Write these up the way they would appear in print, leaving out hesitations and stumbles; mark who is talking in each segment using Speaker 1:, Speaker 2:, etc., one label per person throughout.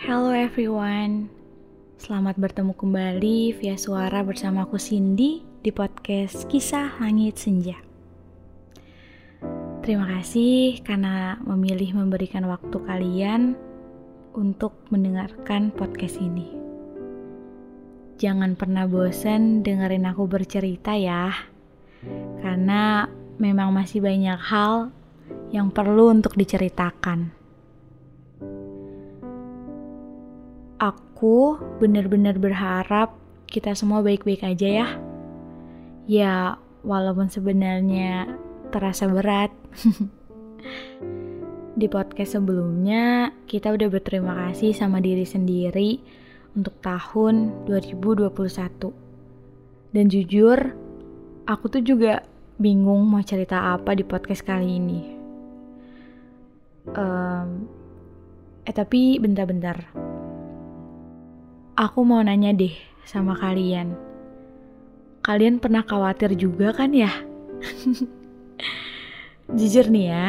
Speaker 1: Hello everyone, selamat bertemu kembali via suara bersama aku Cindy di podcast Kisah Langit Senja. Terima kasih karena memilih memberikan waktu kalian untuk mendengarkan podcast ini. Jangan pernah bosan dengerin aku bercerita ya, karena memang masih banyak hal yang perlu untuk diceritakan. Aku benar-benar berharap kita semua baik-baik aja ya. Ya, walaupun sebenarnya terasa berat. Di podcast sebelumnya, kita udah berterima kasih sama diri sendiri untuk tahun 2021. Dan jujur, aku tuh juga bingung mau cerita apa di podcast kali ini. Tapi bentar. Aku mau nanya deh sama kalian. Kalian pernah khawatir juga kan ya? Jujur nih ya.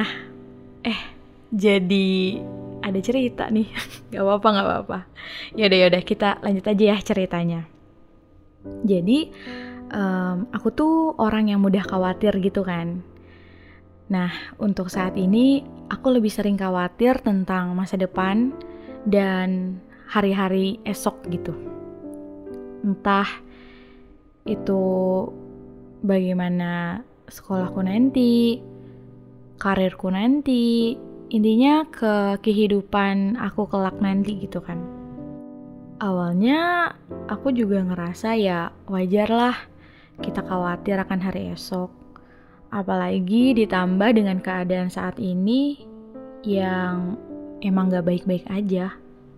Speaker 1: Jadi ada cerita nih. Gak apa-apa. Yaudah kita lanjut aja ya ceritanya. Jadi aku tuh orang yang mudah khawatir gitu kan. Nah, untuk saat ini aku lebih sering khawatir tentang masa depan dan hari-hari esok gitu. Entah itu bagaimana sekolahku nanti, karirku nanti, intinya ke kehidupan aku kelak nanti gitu kan. Awalnya aku juga ngerasa ya wajar lah kita khawatir akan hari esok. Apalagi ditambah dengan keadaan saat ini yang emang gak baik-baik aja.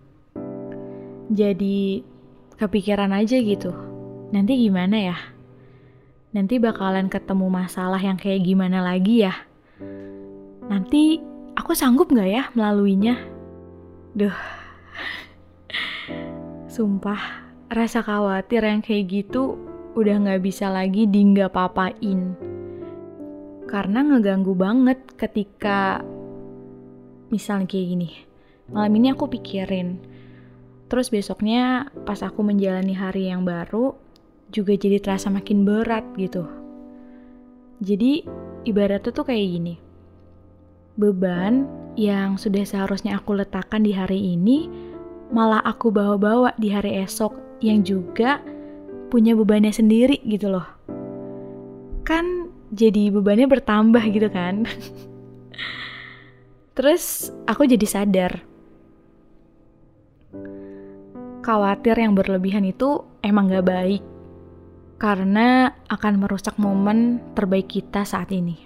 Speaker 1: Jadi kepikiran aja gitu, nanti gimana ya? Nanti bakalan ketemu masalah yang kayak gimana lagi ya? Nanti aku sanggup gak ya melaluinya? Sumpah, rasa khawatir yang kayak gitu udah gak bisa lagi dinggak-papain. Karena ngeganggu banget ketika misalnya kayak gini, malam ini aku pikirin, terus besoknya pas aku menjalani hari yang baru juga jadi terasa makin berat gitu. Jadi ibaratnya tuh kayak gini, beban yang sudah seharusnya aku letakkan di hari ini malah aku bawa-bawa di hari esok yang juga punya bebannya sendiri gitu loh. Kan jadi bebannya bertambah gitu kan. Terus aku jadi sadar, khawatir yang berlebihan itu emang gak baik, karena akan merusak momen terbaik kita saat ini.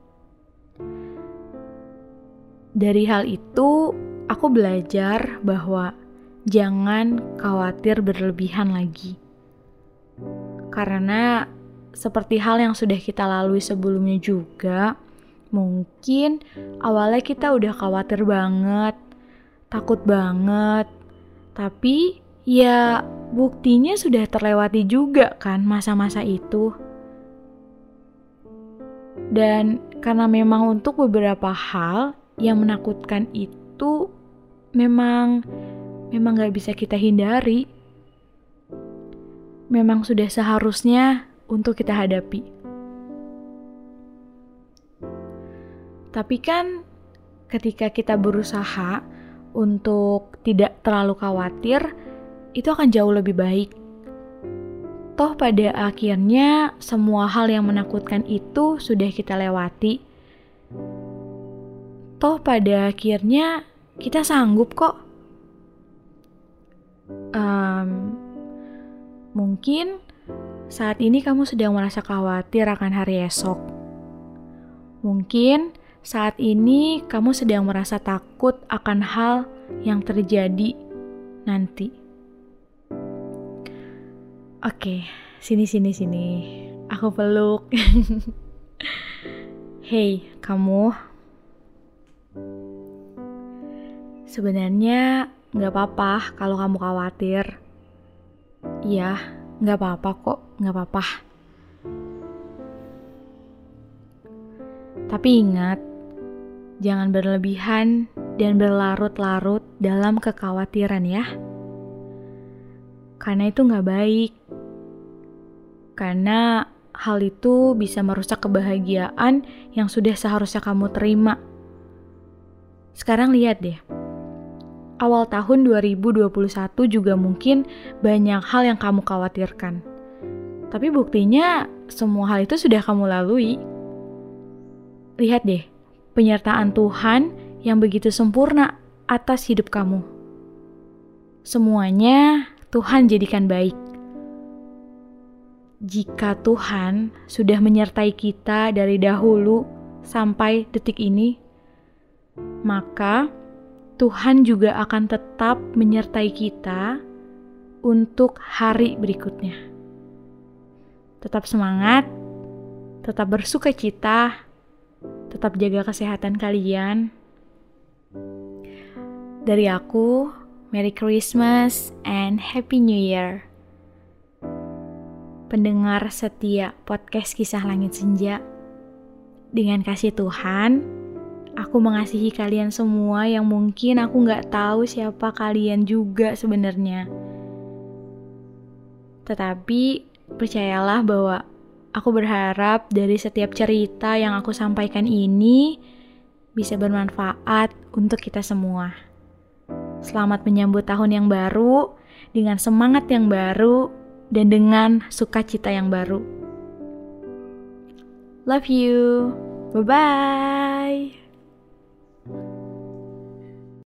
Speaker 1: Dari hal itu, aku belajar bahwa jangan khawatir berlebihan lagi. Karena seperti hal yang sudah kita lalui sebelumnya juga, mungkin awalnya kita udah khawatir banget, takut banget, tapi ya buktinya sudah terlewati juga kan masa-masa itu. Dan karena memang untuk beberapa hal yang menakutkan itu memang gak bisa kita hindari. Memang sudah seharusnya untuk kita hadapi. Tapi kan ketika kita berusaha untuk tidak terlalu khawatir, itu akan jauh lebih baik. Toh pada akhirnya semua hal yang menakutkan itu sudah kita lewati. Toh pada akhirnya kita sanggup kok. Mungkin saat ini kamu sedang merasa khawatir akan hari esok. Mungkin saat ini kamu sedang merasa takut akan hal yang terjadi nanti. Oke, sini. Aku peluk. Hey, kamu. Sebenarnya gak apa-apa kalau kamu khawatir. Iya, gak apa-apa kok, gak apa-apa. Tapi ingat, jangan berlebihan dan berlarut-larut dalam kekhawatiran ya. Karena itu gak baik. Karena hal itu bisa merusak kebahagiaan yang sudah seharusnya kamu terima. Sekarang lihat deh. Awal tahun 2021 juga mungkin banyak hal yang kamu khawatirkan. Tapi buktinya semua hal itu sudah kamu lalui. Lihat deh, penyertaan Tuhan yang begitu sempurna atas hidup kamu. Semuanya Tuhan jadikan baik. Jika Tuhan sudah menyertai kita dari dahulu sampai detik ini, maka Tuhan juga akan tetap menyertai kita untuk hari berikutnya. Tetap semangat, tetap bersuka cita, tetap jaga kesehatan kalian. Dari aku, Merry Christmas and Happy New Year. Pendengar setia podcast Kisah Langit Senja, dengan kasih Tuhan, aku mengasihi kalian semua yang mungkin aku gak tahu siapa kalian juga sebenarnya. Tetapi percayalah bahwa aku berharap dari setiap cerita yang aku sampaikan ini bisa bermanfaat untuk kita semua. Selamat menyambut tahun yang baru, dengan semangat yang baru, dan dengan sukacita yang baru. Love you. Bye-bye.